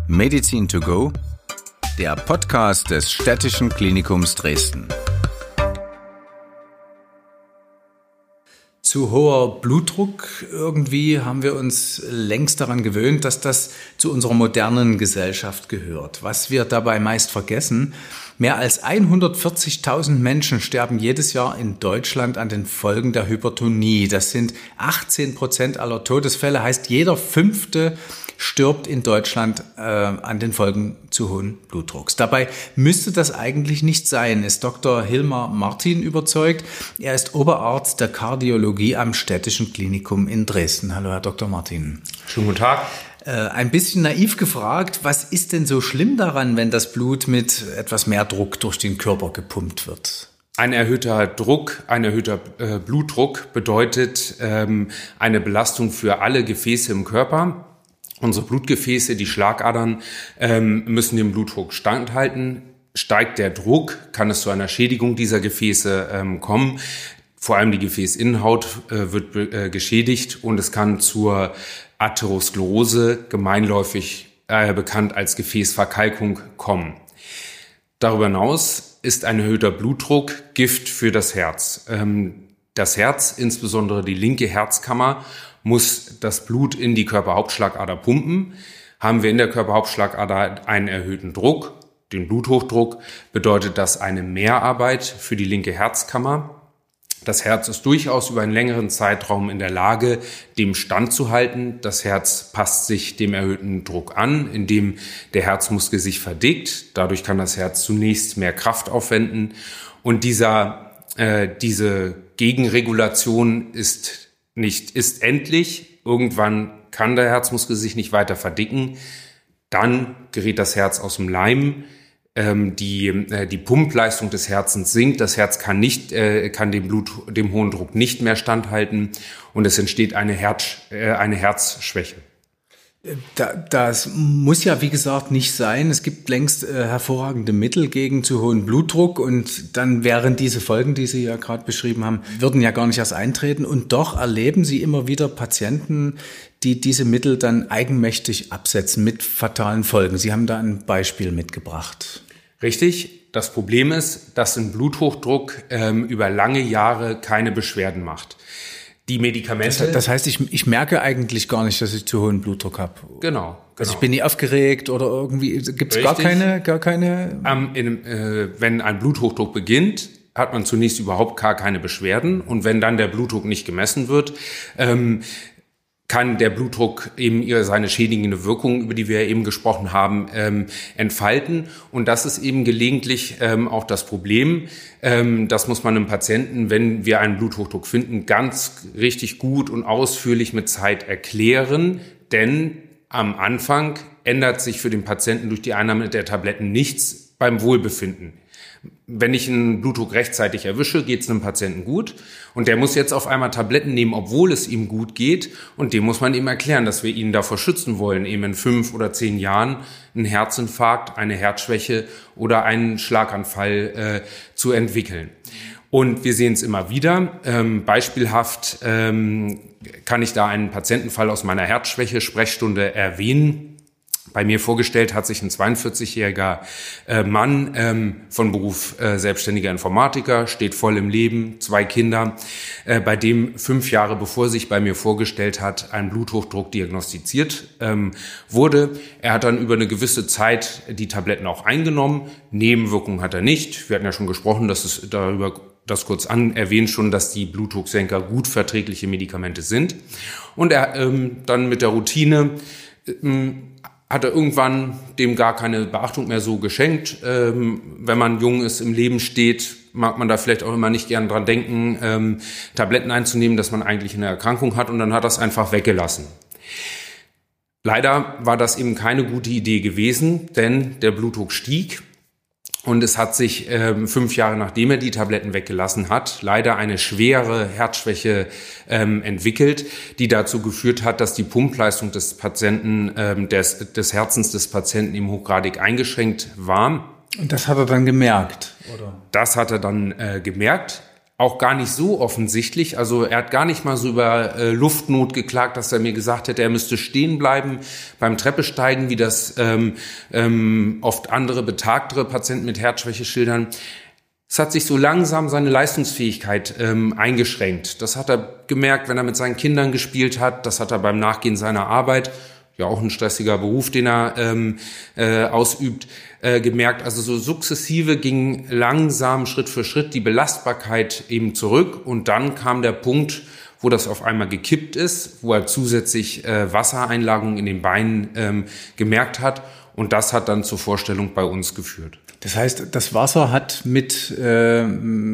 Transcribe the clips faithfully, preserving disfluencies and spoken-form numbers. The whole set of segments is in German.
Medizin to go, der Podcast des Städtischen Klinikums Dresden. Zu hoher Blutdruck, irgendwie haben wir uns längst daran gewöhnt, dass das zu unserer modernen Gesellschaft gehört. Was wir dabei meist vergessen: Mehr als hundertvierzigtausend Menschen sterben jedes Jahr in Deutschland an den Folgen der Hypertonie. Das sind achtzehn Prozent aller Todesfälle, heißt jeder Fünfte stirbt in Deutschland äh, an den Folgen zu hohen Blutdrucks. Dabei müsste das eigentlich nicht sein, ist Doktor Hilmar Martin überzeugt. Er ist Oberarzt der Kardiologie am Städtischen Klinikum in Dresden. Hallo, Herr Doktor Martin. Schönen guten Tag. Äh, ein bisschen naiv gefragt, was ist denn so schlimm daran, wenn das Blut mit etwas mehr Druck durch den Körper gepumpt wird? Ein erhöhter Druck, ein erhöhter äh, Blutdruck bedeutet ähm, eine Belastung für alle Gefäße im Körper. Unsere Blutgefäße, die Schlagadern, ähm, müssen dem Blutdruck standhalten. Steigt der Druck, kann es zu einer Schädigung dieser Gefäße ähm, kommen. Vor allem die Gefäßinnenhaut äh, wird äh, geschädigt und es kann zur Atherosklerose, gemeinläufig äh, bekannt als Gefäßverkalkung, kommen. Darüber hinaus ist ein erhöhter Blutdruck Gift für das Herz. Ähm, das Herz, insbesondere die linke Herzkammer, muss das Blut in die Körperhauptschlagader pumpen. Haben wir in der Körperhauptschlagader einen erhöhten Druck, den Bluthochdruck, bedeutet das eine Mehrarbeit für die linke Herzkammer. Das Herz ist durchaus über einen längeren Zeitraum in der Lage, dem standzuhalten. Das Herz passt sich dem erhöhten Druck an, indem der Herzmuskel sich verdickt. Dadurch kann das Herz zunächst mehr Kraft aufwenden. Und dieser, äh, diese Gegenregulation ist nicht, ist endlich. Irgendwann kann der Herzmuskel sich nicht weiter verdicken. Dann gerät das Herz aus dem Leim. Ähm, die, äh, die Pumpleistung des Herzens sinkt. Das Herz kann nicht, äh, kann dem Blut, dem hohen Druck nicht mehr standhalten. Und es entsteht eine Herz, äh, eine Herzschwäche. Da, das muss ja, wie gesagt, nicht sein. Es gibt längst äh, hervorragende Mittel gegen zu hohen Blutdruck und dann wären diese Folgen, die Sie ja gerade beschrieben haben, würden ja gar nicht erst eintreten. Und doch erleben Sie immer wieder Patienten, die diese Mittel dann eigenmächtig absetzen mit fatalen Folgen. Sie haben da ein Beispiel mitgebracht. Richtig. Das Problem ist, dass ein Bluthochdruck ähm, über lange Jahre keine Beschwerden macht. Die Medikamente. Das, das heißt, ich, ich merke eigentlich gar nicht, dass ich zu hohen Blutdruck habe. Genau, genau. Also ich bin nie aufgeregt oder irgendwie, gibt es gar keine, gar keine? Ähm, in, äh, wenn ein Bluthochdruck beginnt, hat man zunächst überhaupt gar keine Beschwerden. Und wenn dann der Blutdruck nicht gemessen wird, ähm, kann der Blutdruck eben seine schädigende Wirkung, über die wir eben gesprochen haben, ähm, entfalten. Und das ist eben gelegentlich ähm, auch das Problem. Ähm, das muss man einem Patienten, wenn wir einen Bluthochdruck finden, ganz richtig gut und ausführlich mit Zeit erklären. Denn am Anfang ändert sich für den Patienten durch die Einnahme der Tabletten nichts beim Wohlbefinden. Wenn ich einen Blutdruck rechtzeitig erwische, geht es einem Patienten gut. Und der muss jetzt auf einmal Tabletten nehmen, obwohl es ihm gut geht. Und dem muss man ihm erklären, dass wir ihn davor schützen wollen, eben in fünf oder zehn Jahren einen Herzinfarkt, eine Herzschwäche oder einen Schlaganfall äh, zu entwickeln. Und wir sehen es immer wieder. Ähm, beispielhaft ähm, kann ich da einen Patientenfall aus meiner Herzschwäche-Sprechstunde erwähnen. Bei mir vorgestellt hat sich ein zweiundvierzigjähriger äh, Mann, ähm, von Beruf äh, selbstständiger Informatiker, steht voll im Leben, zwei Kinder, äh, bei dem fünf Jahre bevor sich bei mir vorgestellt hat, ein Bluthochdruck diagnostiziert ähm, wurde. Er hat dann über eine gewisse Zeit die Tabletten auch eingenommen. Nebenwirkungen hat er nicht. Wir hatten ja schon gesprochen, dass es darüber das kurz an erwähnt schon, dass die Blutdrucksenker gut verträgliche Medikamente sind. Und er ähm, dann mit der Routine ähm, hat er irgendwann dem gar keine Beachtung mehr so geschenkt. Ähm, wenn man jung ist, im Leben steht, mag man da vielleicht auch immer nicht gern dran denken, ähm, Tabletten einzunehmen, dass man eigentlich eine Erkrankung hat, und dann hat er es einfach weggelassen. Leider war das eben keine gute Idee gewesen, denn der Blutdruck stieg. Und es hat sich ähm, fünf Jahre nachdem er die Tabletten weggelassen hat, leider eine schwere Herzschwäche ähm, entwickelt, die dazu geführt hat, dass die Pumpleistung des Patienten, ähm, des, des Herzens des Patienten eben hochgradig eingeschränkt war. Und das hat er dann gemerkt, oder? Das hat er dann äh, gemerkt. auch gar nicht so offensichtlich. Also er hat gar nicht mal so über äh, Luftnot geklagt, dass er mir gesagt hätte, er müsste stehen bleiben beim Treppesteigen, wie das ähm, ähm, oft andere betagtere Patienten mit Herzschwäche schildern. Es hat sich so langsam seine Leistungsfähigkeit ähm, eingeschränkt. Das hat er gemerkt, wenn er mit seinen Kindern gespielt hat. Das hat er beim Nachgehen seiner Arbeit, ja auch ein stressiger Beruf, den er ähm, äh, ausübt, äh, gemerkt. Also so sukzessive ging langsam Schritt für Schritt die Belastbarkeit eben zurück. Und dann kam der Punkt, wo das auf einmal gekippt ist, wo er zusätzlich äh, Wassereinlagerungen in den Beinen ähm, gemerkt hat. Und das hat dann zur Vorstellung bei uns geführt. Das heißt, das Wasser hat mit, äh,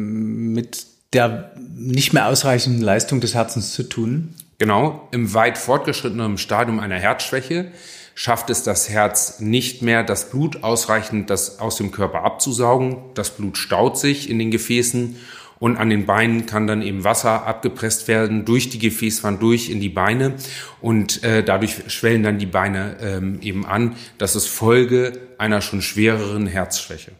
mit der nicht mehr ausreichenden Leistung des Herzens zu tun? Genau, im weit fortgeschrittenen Stadium einer Herzschwäche schafft es das Herz nicht mehr, das Blut ausreichend das aus dem Körper abzusaugen. Das Blut staut sich in den Gefäßen und an den Beinen kann dann eben Wasser abgepresst werden durch die Gefäßwand durch in die Beine und äh, dadurch schwellen dann die Beine ähm, eben an. Das ist Folge einer schon schwereren Herzschwäche.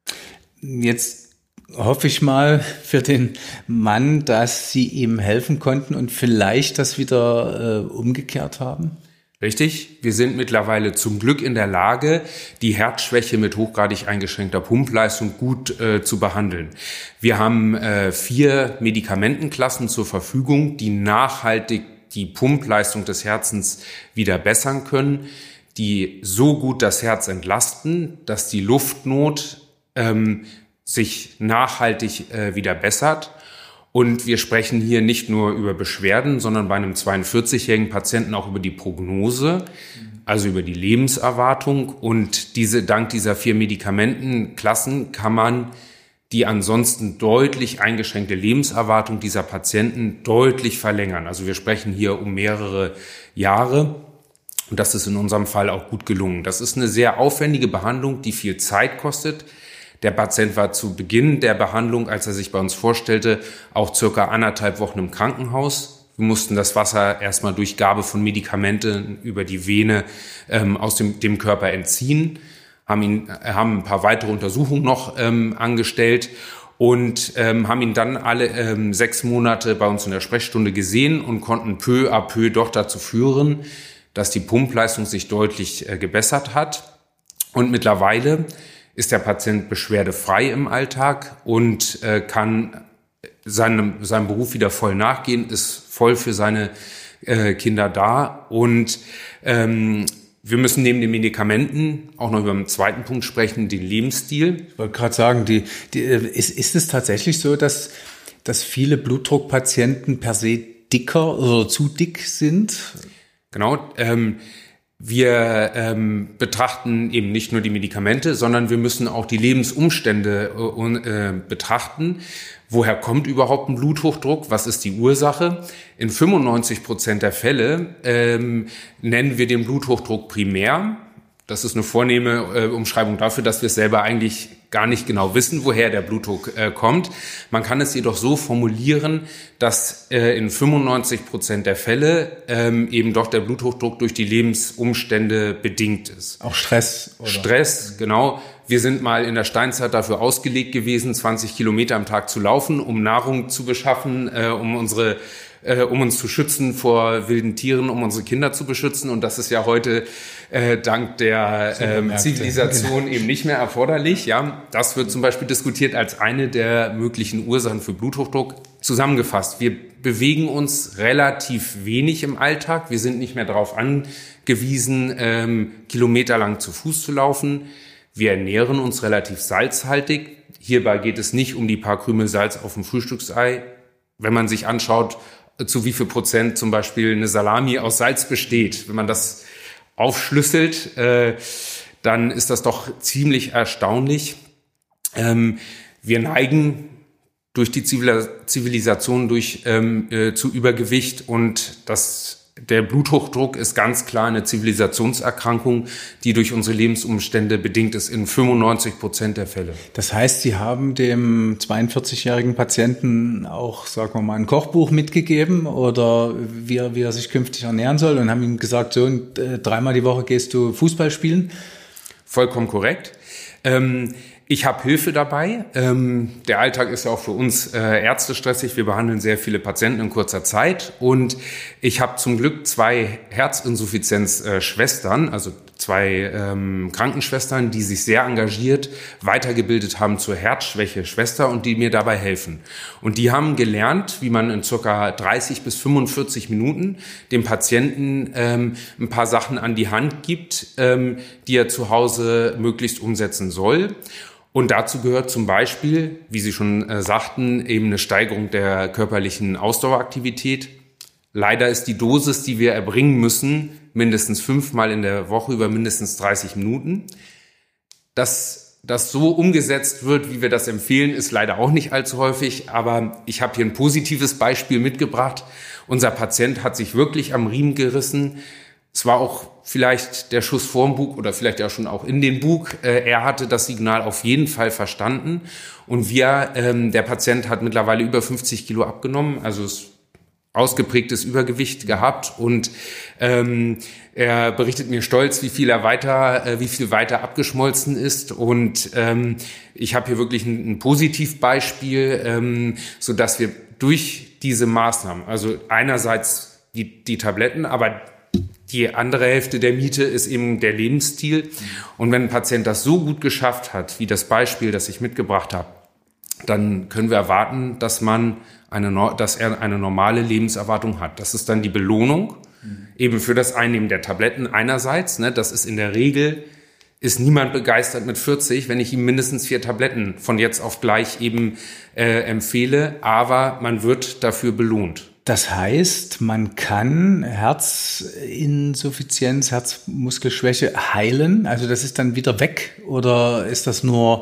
Jetzt hoffe ich mal für den Mann, dass Sie ihm helfen konnten und vielleicht das wieder äh, umgekehrt haben. Richtig, wir sind mittlerweile zum Glück in der Lage, die Herzschwäche mit hochgradig eingeschränkter Pumpleistung gut äh, zu behandeln. Wir haben äh, vier Medikamentenklassen zur Verfügung, die nachhaltig die Pumpleistung des Herzens wieder bessern können, die so gut das Herz entlasten, dass die Luftnot ähm, sich nachhaltig äh, wieder bessert. Und wir sprechen hier nicht nur über Beschwerden, sondern bei einem zweiundvierzigjährigen Patienten auch über die Prognose, also über die Lebenserwartung. Und diese, dank dieser vier Medikamentenklassen kann man die ansonsten deutlich eingeschränkte Lebenserwartung dieser Patienten deutlich verlängern. Also wir sprechen hier um mehrere Jahre. Und das ist in unserem Fall auch gut gelungen. Das ist eine sehr aufwendige Behandlung, die viel Zeit kostet. Der Patient war zu Beginn der Behandlung, als er sich bei uns vorstellte, auch circa anderthalb Wochen im Krankenhaus. Wir mussten das Wasser erstmal durch Gabe von Medikamenten über die Vene ähm, aus dem, dem Körper entziehen, haben ihn, haben ein paar weitere Untersuchungen noch ähm, angestellt und ähm, haben ihn dann alle ähm, sechs Monate bei uns in der Sprechstunde gesehen und konnten peu à peu doch dazu führen, dass die Pumpleistung sich deutlich äh, gebessert hat. Und mittlerweile ist der Patient beschwerdefrei im Alltag und äh, kann seinem, seinem Beruf wieder voll nachgehen, ist voll für seine äh, Kinder da. Und ähm, wir müssen neben den Medikamenten auch noch über einen zweiten Punkt sprechen, den Lebensstil. Ich wollte gerade sagen, die, die, ist, ist es tatsächlich so, dass, dass viele Blutdruckpatienten per se dicker oder zu dick sind? Genau, ähm, Wir ähm, betrachten eben nicht nur die Medikamente, sondern wir müssen auch die Lebensumstände äh, betrachten. Woher kommt überhaupt ein Bluthochdruck? Was ist die Ursache? In fünfundneunzig Prozent der Fälle ähm, nennen wir den Bluthochdruck primär. Das ist eine vornehme äh, Umschreibung dafür, dass wir es selber eigentlich gar nicht genau wissen, woher der Blutdruck äh, kommt. Man kann es jedoch so formulieren, dass äh, in fünfundneunzig Prozent der Fälle ähm, eben doch der Bluthochdruck durch die Lebensumstände bedingt ist. Auch Stress, oder? Stress, genau. Wir sind mal in der Steinzeit dafür ausgelegt gewesen, zwanzig Kilometer am Tag zu laufen, um Nahrung zu beschaffen, äh, um unsere äh, um uns zu schützen vor wilden Tieren, um unsere Kinder zu beschützen. Und das ist ja heute äh, dank der ähm, Zivilisation eben nicht mehr erforderlich. Ja, das wird zum Beispiel diskutiert als eine der möglichen Ursachen für Bluthochdruck. Zusammengefasst, wir bewegen uns relativ wenig im Alltag. Wir sind nicht mehr darauf angewiesen, ähm, kilometerlang zu Fuß zu laufen. Wir ernähren uns relativ salzhaltig. Hierbei geht es nicht um die paar Krümel Salz auf dem Frühstücksei. Wenn man sich anschaut, zu wie viel Prozent zum Beispiel eine Salami aus Salz besteht, wenn man das aufschlüsselt, äh, dann ist das doch ziemlich erstaunlich. Ähm, wir neigen durch die Zivilisation durch ähm, äh, zu Übergewicht und das Der Bluthochdruck ist ganz klar eine Zivilisationserkrankung, die durch unsere Lebensumstände bedingt ist, in fünfundneunzig Prozent der Fälle. Das heißt, Sie haben dem zweiundvierzigjährigen Patienten auch, sagen wir mal, ein Kochbuch mitgegeben oder wie er, wie er sich künftig ernähren soll und haben ihm gesagt, so, äh, dreimal die Woche gehst du Fußball spielen? Vollkommen korrekt. Ähm, Ich habe Hilfe dabei. Ähm, der Alltag ist ja auch für uns äh, Ärzte stressig. Wir behandeln sehr viele Patienten in kurzer Zeit. Und ich habe zum Glück zwei Herzinsuffizienz-Schwestern, also zwei ähm, Krankenschwestern, die sich sehr engagiert weitergebildet haben zur Herzschwäche-Schwester und die mir dabei helfen. Und die haben gelernt, wie man in circa dreißig bis fünfundvierzig Minuten dem Patienten ähm, ein paar Sachen an die Hand gibt, ähm, die er zu Hause möglichst umsetzen soll. Und dazu gehört zum Beispiel, wie Sie schon äh, sagten, eben eine Steigerung der körperlichen Ausdaueraktivität. Leider ist die Dosis, die wir erbringen müssen, mindestens fünfmal in der Woche über mindestens dreißig Minuten. Dass das so umgesetzt wird, wie wir das empfehlen, ist leider auch nicht allzu häufig. Aber ich habe hier ein positives Beispiel mitgebracht. Unser Patient hat sich wirklich am Riemen gerissen. Es war auch vielleicht der Schuss vorm Bug oder vielleicht ja schon auch in den Bug. Äh, er hatte das Signal auf jeden Fall verstanden. Und wir, ähm, der Patient hat mittlerweile über fünfzig Kilo abgenommen, also es ausgeprägtes Übergewicht gehabt. Und ähm, er berichtet mir stolz, wie viel er weiter, äh, wie viel weiter abgeschmolzen ist. Und ähm, ich habe hier wirklich ein, ein Positivbeispiel, ähm, so dass wir durch diese Maßnahmen, also einerseits die, die Tabletten, aber die andere Hälfte der Miete ist eben der Lebensstil. Und wenn ein Patient das so gut geschafft hat, wie das Beispiel, das ich mitgebracht habe, dann können wir erwarten, dass man eine, dass er eine normale Lebenserwartung hat. Das ist dann die Belohnung, mhm. eben für das Einnehmen der Tabletten einerseits. Ne, das ist in der Regel, ist niemand begeistert mit vierzig, wenn ich ihm mindestens vier Tabletten von jetzt auf gleich eben äh, empfehle. Aber man wird dafür belohnt. Das heißt, man kann Herzinsuffizienz, Herzmuskelschwäche heilen. Also das ist dann wieder weg oder ist das nur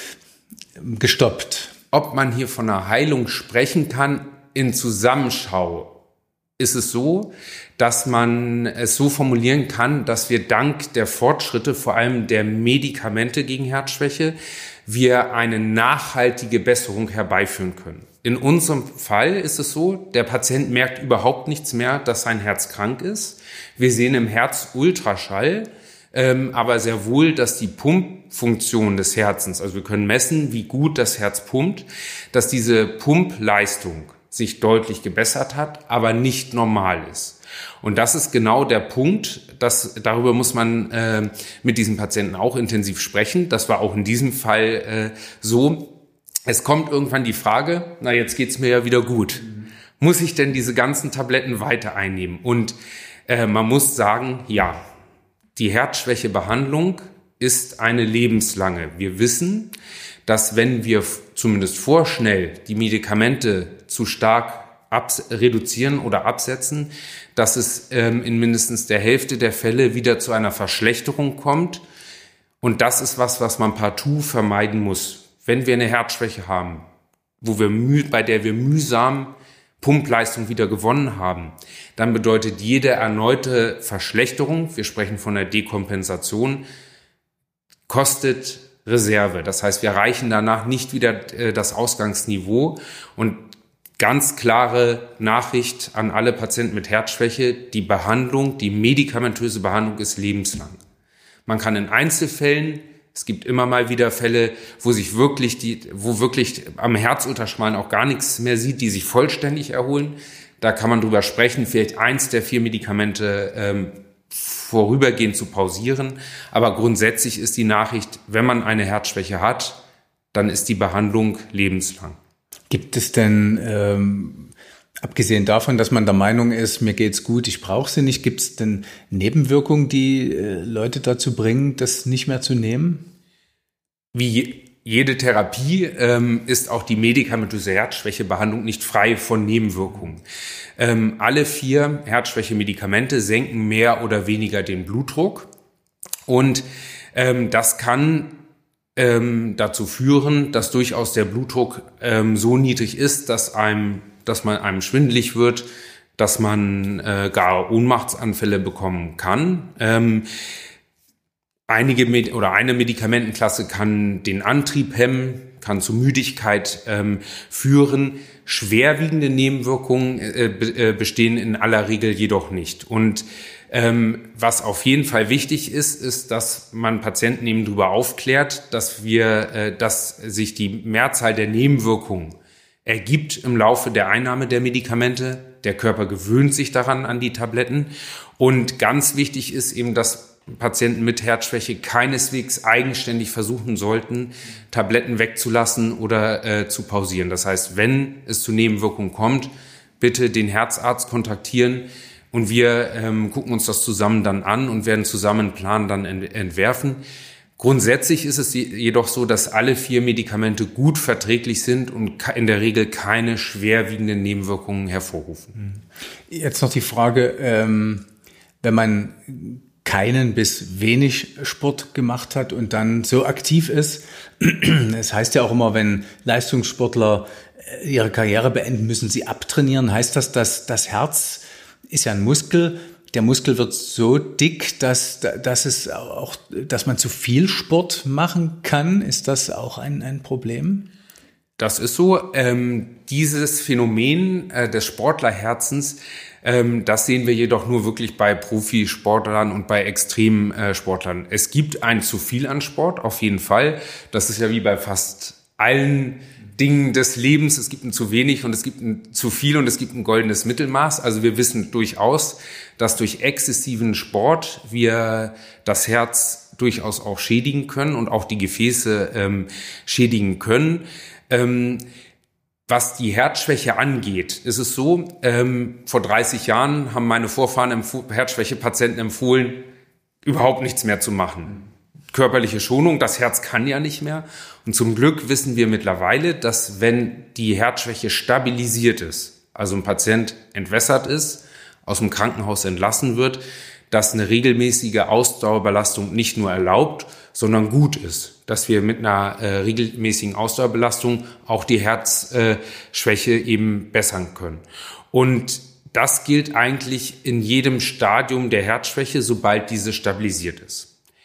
gestoppt? Ob man hier von einer Heilung sprechen kann, in Zusammenschau ist es so, dass man es so formulieren kann, dass wir dank der Fortschritte, vor allem der Medikamente gegen Herzschwäche, wir eine nachhaltige Besserung herbeiführen können. In unserem Fall ist es so, der Patient merkt überhaupt nichts mehr, dass sein Herz krank ist. Wir sehen im Herz Ultraschall, ähm, aber sehr wohl, dass die Pumpfunktion des Herzens, also wir können messen, wie gut das Herz pumpt, dass diese Pumpleistung sich deutlich gebessert hat, aber nicht normal ist. Und das ist genau der Punkt, dass, darüber muss man äh, mit diesem Patienten auch intensiv sprechen. Das war auch in diesem Fall äh, so. Es kommt irgendwann die Frage, na jetzt geht's mir ja wieder gut. Muss ich denn diese ganzen Tabletten weiter einnehmen? Und äh, man muss sagen, ja, die Herzschwächebehandlung ist eine lebenslange. Wir wissen, dass wenn wir zumindest vorschnell die Medikamente zu stark abs- reduzieren oder absetzen, dass es ähm, in mindestens der Hälfte der Fälle wieder zu einer Verschlechterung kommt. Und das ist was, was man partout vermeiden muss. Wenn wir eine Herzschwäche haben, wo wir müh, bei der wir mühsam Pumpleistung wieder gewonnen haben, dann bedeutet jede erneute Verschlechterung, wir sprechen von der Dekompensation, kostet Reserve. Das heißt, wir erreichen danach nicht wieder äh, das Ausgangsniveau. Und ganz klare Nachricht an alle Patienten mit Herzschwäche, die Behandlung, die medikamentöse Behandlung ist lebenslang. Man kann in Einzelfällen, es gibt immer mal wieder Fälle, wo sich wirklich die, wo wirklich am Herzultraschall auch gar nichts mehr sieht, die sich vollständig erholen. Da kann man drüber sprechen, vielleicht eins der vier Medikamente ähm, vorübergehend zu pausieren. Aber grundsätzlich ist die Nachricht, wenn man eine Herzschwäche hat, dann ist die Behandlung lebenslang. Gibt es denn, ähm, abgesehen davon, dass man der Meinung ist, mir geht's gut, ich brauche sie nicht, gibt es denn Nebenwirkungen, die äh, Leute dazu bringen, das nicht mehr zu nehmen? Wie jede Therapie ähm, ist auch die medikamentöse Herzschwächebehandlung nicht frei von Nebenwirkungen. Ähm, alle vier Herzschwäche-Medikamente senken mehr oder weniger den Blutdruck und ähm, das kann ähm, dazu führen, dass durchaus der Blutdruck ähm, so niedrig ist, dass einem, dass man einem schwindelig wird, dass man äh, gar Ohnmachtsanfälle bekommen kann. Ähm, einige Med- oder eine Medikamentenklasse kann den Antrieb hemmen, kann zu Müdigkeit ähm, führen. Schwerwiegende Nebenwirkungen äh, be- äh, bestehen in aller Regel jedoch nicht. Und ähm, was auf jeden Fall wichtig ist, ist, dass man Patienten eben darüber aufklärt, dass wir, äh, dass sich die Mehrzahl der Nebenwirkungen ergibt im Laufe der Einnahme der Medikamente. Der Körper gewöhnt sich daran an die Tabletten. Und ganz wichtig ist eben, dass Patienten mit Herzschwäche keineswegs eigenständig versuchen sollten, Tabletten wegzulassen oder äh, zu pausieren. Das heißt, wenn es zu Nebenwirkungen kommt, bitte den Herzarzt kontaktieren und wir ähm, gucken uns das zusammen dann an und werden zusammen einen Plan dann ent- entwerfen. Grundsätzlich ist es jedoch so, dass alle vier Medikamente gut verträglich sind und in der Regel keine schwerwiegenden Nebenwirkungen hervorrufen. Jetzt noch die Frage, ähm, wenn man keinen bis wenig Sport gemacht hat und dann so aktiv ist. Es heißt ja auch immer, wenn Leistungssportler ihre Karriere beenden, müssen sie abtrainieren. Heißt das, dass das Herz ist ja ein Muskel. Der Muskel wird so dick, dass, dass es auch, dass man zu viel Sport machen kann. Ist das auch ein, ein Problem? Das ist so. Ähm, dieses Phänomen äh, des Sportlerherzens, ähm, das sehen wir jedoch nur wirklich bei Profisportlern und bei Extremsportlern. Äh, es gibt ein zu viel an Sport, auf jeden Fall. Das ist ja wie bei fast allen Dingen des Lebens. Es gibt ein zu wenig und es gibt ein zu viel und es gibt ein goldenes Mittelmaß. Also wir wissen durchaus, dass durch exzessiven Sport wir das Herz durchaus auch schädigen können und auch die Gefäße ähm, schädigen können. Ähm, was die Herzschwäche angeht, ist es so, ähm, vor dreißig Jahren haben meine Vorfahren empf- Herzschwäche-Patienten empfohlen, überhaupt nichts mehr zu machen. Körperliche Schonung, das Herz kann ja nicht mehr. Und zum Glück wissen wir mittlerweile, dass wenn die Herzschwäche stabilisiert ist, also ein Patient entwässert ist, aus dem Krankenhaus entlassen wird, dass eine regelmäßige Ausdauerbelastung nicht nur erlaubt, sondern gut ist. Dass wir mit einer äh, regelmäßigen Ausdauerbelastung auch die Herzschwäche äh, eben bessern können. Und das gilt eigentlich in jedem Stadium der Herzschwäche, sobald diese stabilisiert ist.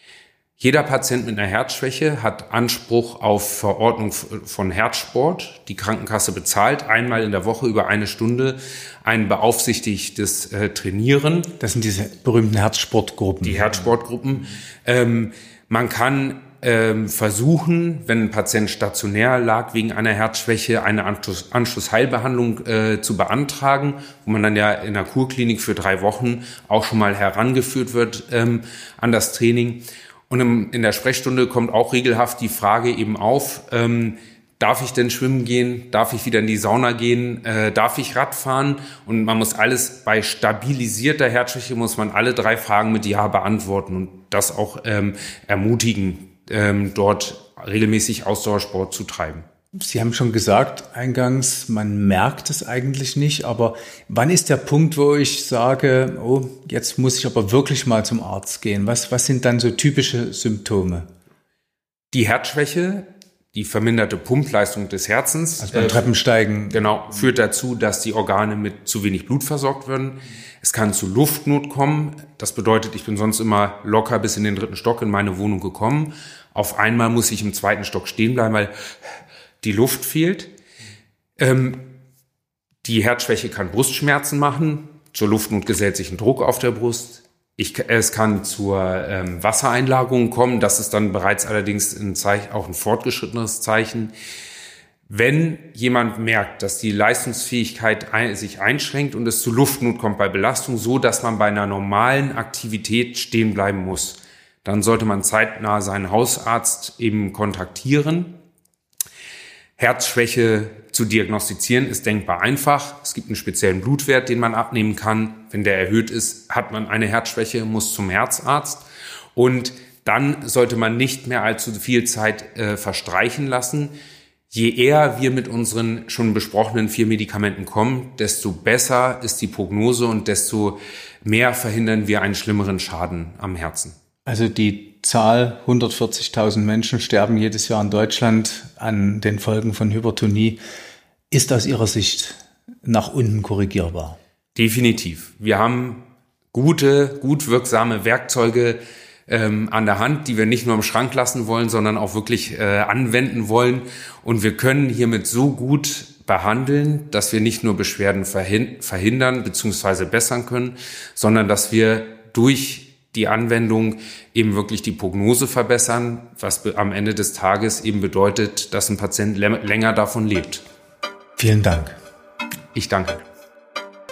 Jeder Patient mit einer Herzschwäche hat Anspruch auf Verordnung von Herzsport. Die Krankenkasse bezahlt einmal in der Woche über eine Stunde ein beaufsichtigtes äh, Trainieren. Das sind diese berühmten Herzsportgruppen. Die Herzsportgruppen. Ähm, man kann ähm, versuchen, wenn ein Patient stationär lag wegen einer Herzschwäche, eine Anschluss, Anschlussheilbehandlung äh, zu beantragen, wo man dann ja in der Kurklinik für drei Wochen auch schon mal herangeführt wird ähm, an das Training. Und im, in der Sprechstunde kommt auch regelhaft die Frage eben auf, ähm, darf ich denn schwimmen gehen? Darf ich wieder in die Sauna gehen? Äh, darf ich Rad fahren? Und man muss alles, bei stabilisierter Herzschwäche muss man alle drei Fragen mit Ja beantworten und das auch ähm, ermutigen, ähm, dort regelmäßig Ausdauersport zu treiben. Sie haben schon gesagt, eingangs, man merkt es eigentlich nicht, aber wann ist der Punkt, wo ich sage, oh, jetzt muss ich aber wirklich mal zum Arzt gehen? Was, was sind dann so typische Symptome? Die Herzschwäche, die verminderte Pumpleistung des Herzens, also beim Treppensteigen, äh, genau, führt dazu, dass die Organe mit zu wenig Blut versorgt werden. Es kann zu Luftnot kommen. Das bedeutet, ich bin sonst immer locker bis in den dritten Stock in meine Wohnung gekommen. Auf einmal muss ich im zweiten Stock stehen bleiben, weil die Luft fehlt. Ähm, die Herzschwäche kann Brustschmerzen machen. Zur Luftnot gesellt sich ein Druck auf der Brust. Ich, es kann zur ähm, Wassereinlagerung kommen. Das ist dann bereits allerdings ein Zeichen, auch ein fortgeschrittenes Zeichen. Wenn jemand merkt, dass die Leistungsfähigkeit ein, sich einschränkt und es zu Luftnot kommt bei Belastung, so dass man bei einer normalen Aktivität stehen bleiben muss, dann sollte man zeitnah seinen Hausarzt eben kontaktieren. Herzschwäche zu diagnostizieren ist denkbar einfach. Es gibt einen speziellen Blutwert, den man abnehmen kann. Wenn der erhöht ist, hat man eine Herzschwäche, muss zum Herzarzt. Und dann sollte man nicht mehr allzu viel Zeit äh, verstreichen lassen. Je eher wir mit unseren schon besprochenen vier Medikamenten kommen, desto besser ist die Prognose und desto mehr verhindern wir einen schlimmeren Schaden am Herzen. Also die Zahl hundertvierzigtausend Menschen sterben jedes Jahr in Deutschland an den Folgen von Hypertonie. Ist aus Ihrer Sicht nach unten korrigierbar? Definitiv. Wir haben gute, gut wirksame Werkzeuge ähm, an der Hand, die wir nicht nur im Schrank lassen wollen, sondern auch wirklich äh, anwenden wollen. Und wir können hiermit so gut behandeln, dass wir nicht nur Beschwerden verhin- verhindern bzw. bessern können, sondern dass wir durch die Anwendung eben wirklich die Prognose verbessern, was be- am Ende des Tages eben bedeutet, dass ein Patient lä- länger davon lebt. Vielen Dank. Ich danke.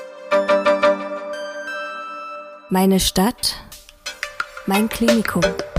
Meine Stadt, mein Klinikum.